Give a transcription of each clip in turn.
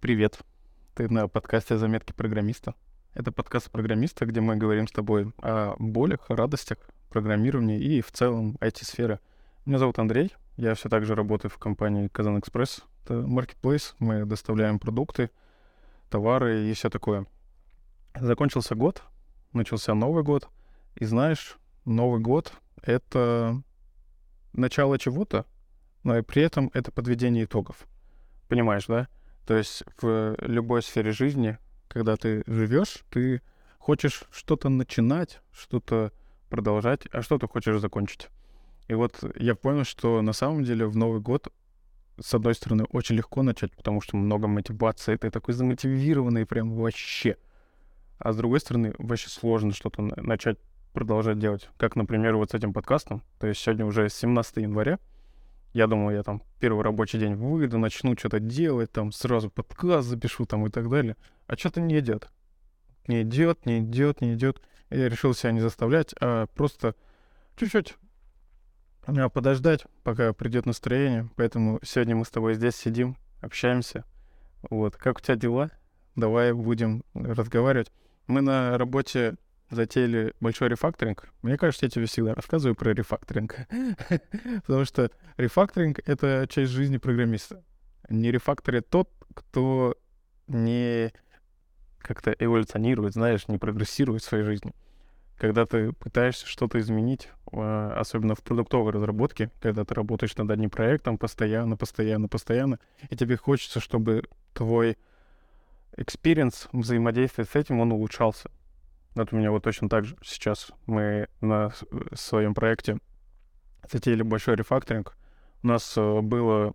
Привет, ты на подкасте «Заметки программиста». Это подкаст программиста, где мы говорим с тобой о болях, о радостях программирования и в целом IT-сферы. Меня зовут Андрей, я все так же работаю в компании Казан Экспресс. Это marketplace, мы доставляем продукты, товары и все такое. Закончился год, начался Новый год, и знаешь, Новый год — это начало чего-то, но и при этом это подведение итогов. Понимаешь, да? То есть в любой сфере жизни, когда ты живешь, ты хочешь что-то начинать, что-то продолжать, а что-то хочешь закончить. И вот я понял, что на самом деле в Новый год, с одной стороны, очень легко начать, потому что много мотивации, ты такой замотивированный прям вообще. А с другой стороны, вообще сложно что-то начать продолжать делать. Как, например, вот с этим подкастом. То есть сегодня уже 17 января. Я думал, я там первый рабочий день выйду, начну что-то делать, там сразу подкаст запишу там и так далее. А что-то не идет. Не идет, не идет, не идет. И я решил себя не заставлять, а просто чуть-чуть подождать, пока придет настроение. Поэтому сегодня мы с тобой здесь сидим, общаемся. Вот. Как у тебя дела? Давай будем разговаривать. Мы на работе затеяли большой рефакторинг. Мне кажется, я тебе всегда рассказываю про рефакторинг. Потому что рефакторинг — это часть жизни программиста. Не рефакторит тот, кто не как-то эволюционирует, знаешь, не прогрессирует в своей жизни. Когда ты пытаешься что-то изменить, особенно в продуктовой разработке, когда ты работаешь над одним проектом постоянно, и тебе хочется, чтобы твой experience взаимодействия с этим, он улучшался. Вот у меня вот точно так же сейчас мы на своем проекте затеяли большой рефакторинг. У нас было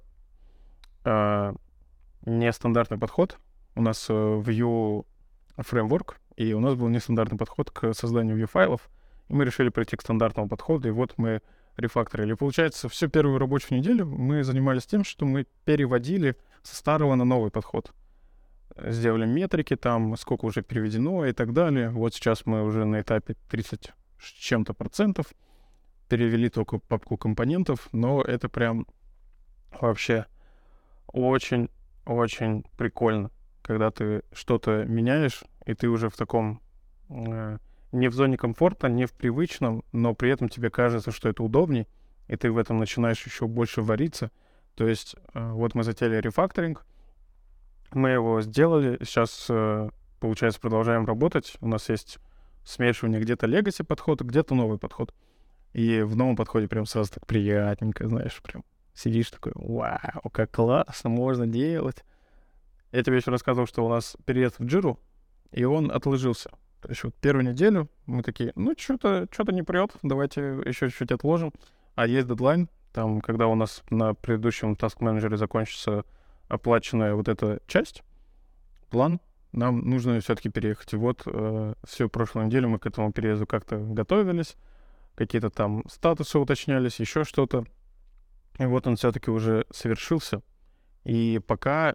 нестандартный подход. У нас Vue фреймворк, и у нас был нестандартный подход к созданию Vue-файлов. И мы решили прийти к стандартному подходу, и вот мы рефакторили. Получается, всю первую рабочую неделю мы занимались тем, что мы переводили со старого на новый подход. Сделали метрики, там, сколько уже переведено и так далее. Вот сейчас мы уже на этапе 30 с чем-то процентов. Перевели только папку компонентов, но это прям вообще очень-очень прикольно, когда ты что-то меняешь, и ты уже в таком не в зоне комфорта, не в привычном, но при этом тебе кажется, что это удобней, и ты в этом начинаешь еще больше вариться. То есть вот мы затеяли рефакторинг, мы его сделали, сейчас, получается, продолжаем работать. У нас есть смешивание где-то legacy подход, где-то новый подход. И в новом подходе прям сразу так приятненько, знаешь, прям сидишь такой, вау, как классно, можно делать. Я тебе еще рассказывал, что у нас переезд в Jira, и он отложился. То есть вот первую неделю мы такие, ну, что-то не прет, давайте еще чуть-чуть отложим. А есть дедлайн, там, когда у нас на предыдущем таск-менеджере закончится оплаченная вот эта часть, план, нам нужно все-таки переехать. И вот всю прошлую неделю мы к этому переезду как-то готовились, какие-то там статусы уточнялись, еще что-то. И вот он все-таки уже совершился. И пока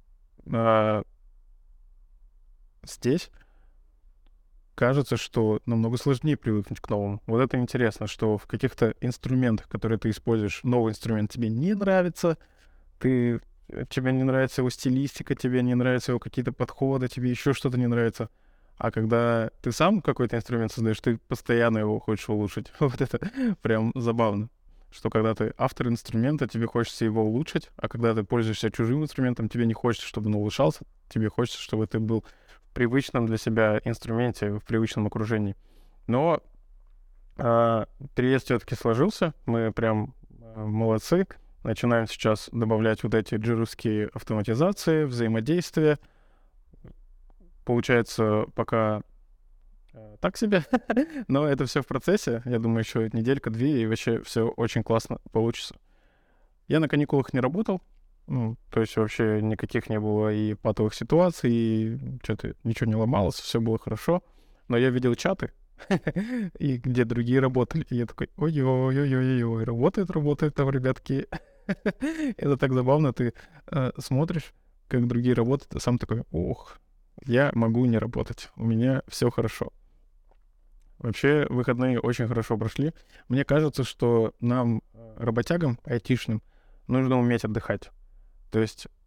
здесь кажется, что намного сложнее привыкнуть к новому. Вот это интересно, что в каких-то инструментах, которые ты используешь, новый инструмент тебе не нравится, тебе не нравится его стилистика, тебе не нравятся его какие-то подходы, тебе еще что-то не нравится. А когда ты сам какой-то инструмент создаешь, ты постоянно его хочешь улучшить. Вот это прям забавно, что когда ты автор инструмента, тебе хочется его улучшить, а когда ты пользуешься чужим инструментом, тебе не хочется, чтобы он улучшался, тебе хочется, чтобы ты был в привычном для себя инструменте, в привычном окружении. Но переезд все-таки сложился, мы прям молодцы. Начинаем сейчас добавлять вот эти джировские автоматизации, взаимодействия. Получается, пока так себе, но это все в процессе. Я думаю, еще неделька-две, и вообще все очень классно получится. Я на каникулах не работал, то есть вообще никаких не было и патовых ситуаций, и что-то ничего не ломалось, все было хорошо. Но я видел чаты, и где другие работали, и я такой, ой-ой-ой-ой-ой, работает там, ребятки. Это так забавно, ты смотришь, как другие работают, а сам такой, ох, я могу не работать, у меня все хорошо. Вообще, выходные очень хорошо прошли. Мне кажется, что нам, работягам, айтишным, нужно уметь отдыхать. То есть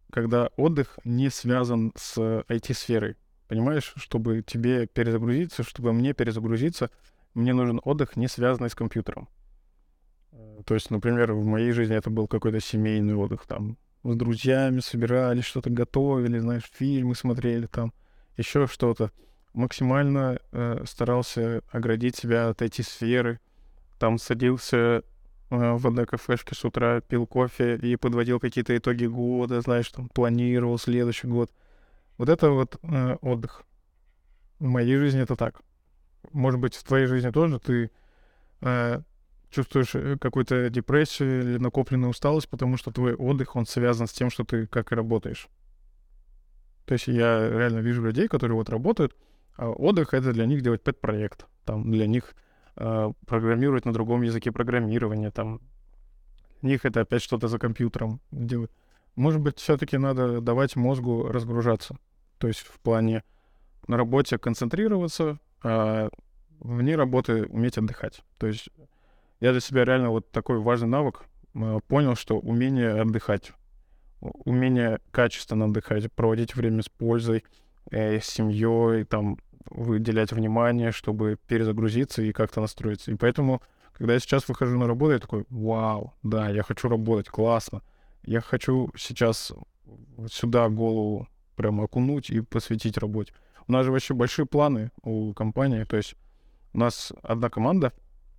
когда отдых не связан с IT-сферой. Понимаешь, чтобы тебе перезагрузиться, чтобы мне перезагрузиться, мне нужен отдых, не связанный с компьютером. То есть, например, в моей жизни это был какой-то семейный отдых, там, с друзьями собирались, что-то готовили, знаешь, фильмы смотрели, там, еще что-то. Максимально старался оградить себя от IT-сферы, там садился в одной кафешке с утра, пил кофе и подводил какие-то итоги года, знаешь, там, планировал следующий год. Вот это вот отдых. В моей жизни это так. Может быть, в твоей жизни тоже ты э, чувствуешь какую-то депрессию или накопленную усталость, потому что твой отдых, он связан с тем, что ты как и работаешь. То есть я реально вижу людей, которые вот работают, а отдых — это для них делать пэт-проект, там, для них программировать на другом языке программирования, там, для них это опять что-то за компьютером делать. Может быть, все-таки надо давать мозгу разгружаться. То есть в плане на работе концентрироваться, а вне работы уметь отдыхать. То есть я для себя реально вот такой важный навык понял, что умение отдыхать, умение качественно отдыхать, проводить время с пользой, с семьей, там, выделять внимание, чтобы перезагрузиться и как-то настроиться. И поэтому, когда я сейчас выхожу на работу, я такой: вау, да, я хочу работать, классно. Я хочу сейчас вот сюда голову прямо окунуть и посвятить работе. У нас же вообще большие планы у компании. То есть у нас одна команда,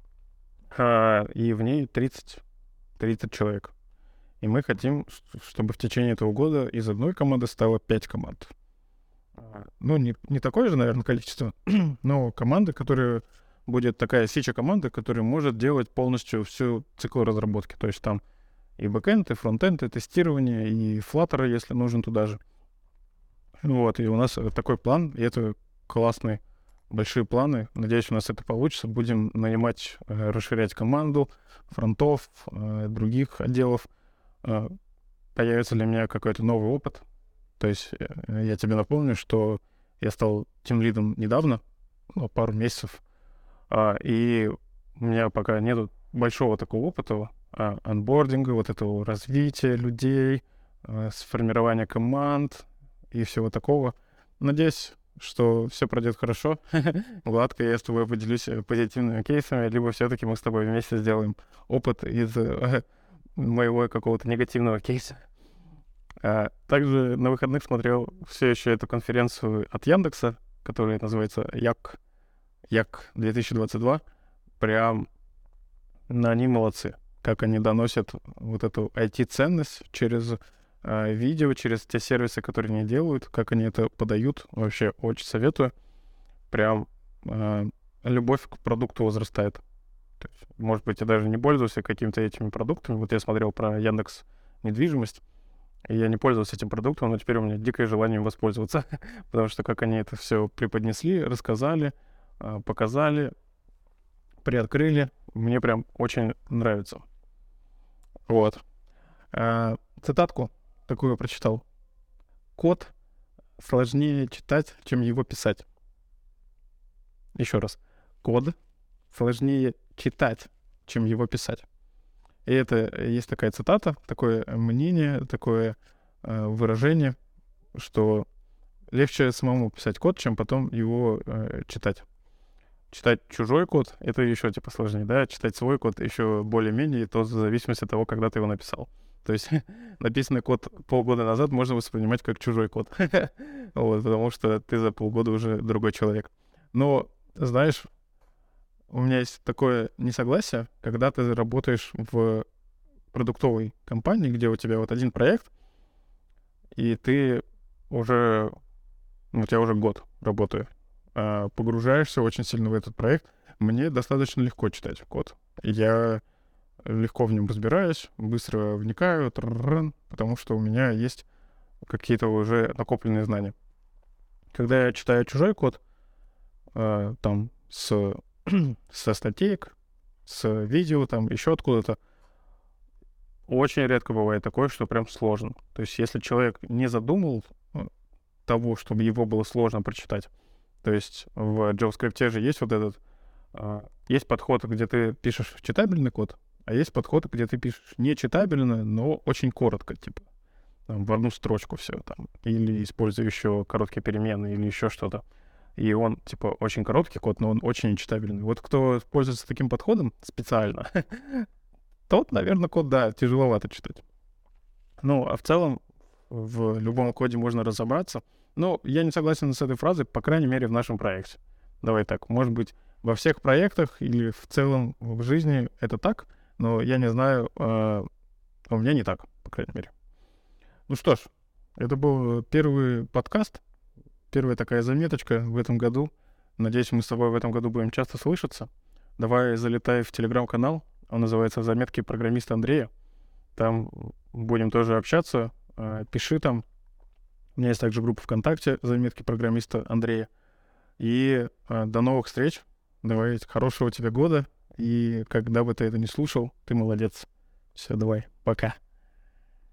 и в ней 30 человек. И мы хотим, чтобы в течение этого года из одной команды стало 5 команд. Ну, не такое же, наверное, количество, но команда, которая будет такая фича-команда, которая может делать полностью всю цикл разработки. То есть там и бэкэнд, и фронтенд, и тестирование, и Flutter, если нужен, туда же. Вот, и у нас такой план, и это классные большие планы. Надеюсь, у нас это получится. Будем нанимать, расширять команду, фронтов, других отделов. Появится для меня какой-то новый опыт. То есть я тебе напомню, что я стал тимлидом недавно, ну, пару месяцев, и у меня пока нету большого такого опыта анбординга, вот этого развития людей, сформирования команд и всего такого. Надеюсь, что все пройдет хорошо, гладко, я с тобой поделюсь позитивными кейсами, либо все-таки мы с тобой вместе сделаем опыт из моего какого-то негативного кейса. Также на выходных смотрел все еще эту конференцию от Яндекса, которая называется Як 2022. Прям они молодцы, как они доносят вот эту IT-ценность через видео, через те сервисы, которые они делают, как они это подают. Вообще очень советую. Прям любовь к продукту возрастает. То есть, может быть, я даже не пользуюсь какими-то этими продуктами. Вот я смотрел про Яндекс недвижимость, и я не пользовался этим продуктом, но теперь у меня дикое желание им воспользоваться, потому что как они это все преподнесли, рассказали, показали, приоткрыли, мне прям очень нравится. Вот. Цитатку такую прочитал. Код сложнее читать, чем его писать. Еще раз. Код сложнее читать, чем его писать. И это есть такая цитата, такое мнение, такое выражение, что легче самому писать код, чем потом его читать. Читать чужой код — это еще типа сложнее, да? Читать свой код еще более-менее, то в зависимости от того, когда ты его написал. То есть написанный код полгода назад можно воспринимать как чужой код. Вот, потому что ты за полгода уже другой человек. Но, знаешь, у меня есть такое несогласие, когда ты работаешь в продуктовой компании, где у тебя вот один проект, и ты уже, вот я уже год работаю, погружаешься очень сильно в этот проект. Мне достаточно легко читать код. Я легко в нем разбираюсь, быстро вникаю, потому что у меня есть какие-то уже накопленные знания. Когда я читаю чужой код, там, со статеек, с видео, там, еще откуда-то, очень редко бывает такое, что прям сложно. То есть если человек не задумал того, чтобы его было сложно прочитать, то есть в JavaScript же есть вот этот, есть подход, где ты пишешь читабельный код, а есть подход, где ты пишешь нечитабельно, но очень коротко, типа. там, в одну строчку все там, или используя еще короткие перемены, или еще что-то. И он, типа, очень короткий код, но он очень нечитабельный. Вот кто пользуется таким подходом специально, тот, наверное, код, да, тяжеловато читать. Ну, а в целом в любом коде можно разобраться. Но я не согласен с этой фразой, по крайней мере, в нашем проекте. Давай так, может быть, во всех проектах или в целом в жизни это так, но я не знаю, у меня не так, по крайней мере. Ну что ж, это был первый подкаст, первая такая заметочка в этом году. Надеюсь, мы с тобой в этом году будем часто слышаться. Давай залетай в телеграм-канал, он называется «Заметки программиста Андрея». Там будем тоже общаться. Пиши там. У меня есть также группа ВКонтакте «Заметки программиста Андрея». И до новых встреч. Давай, хорошего тебе года. И когда бы ты это не слушал, ты молодец. Все, давай, пока.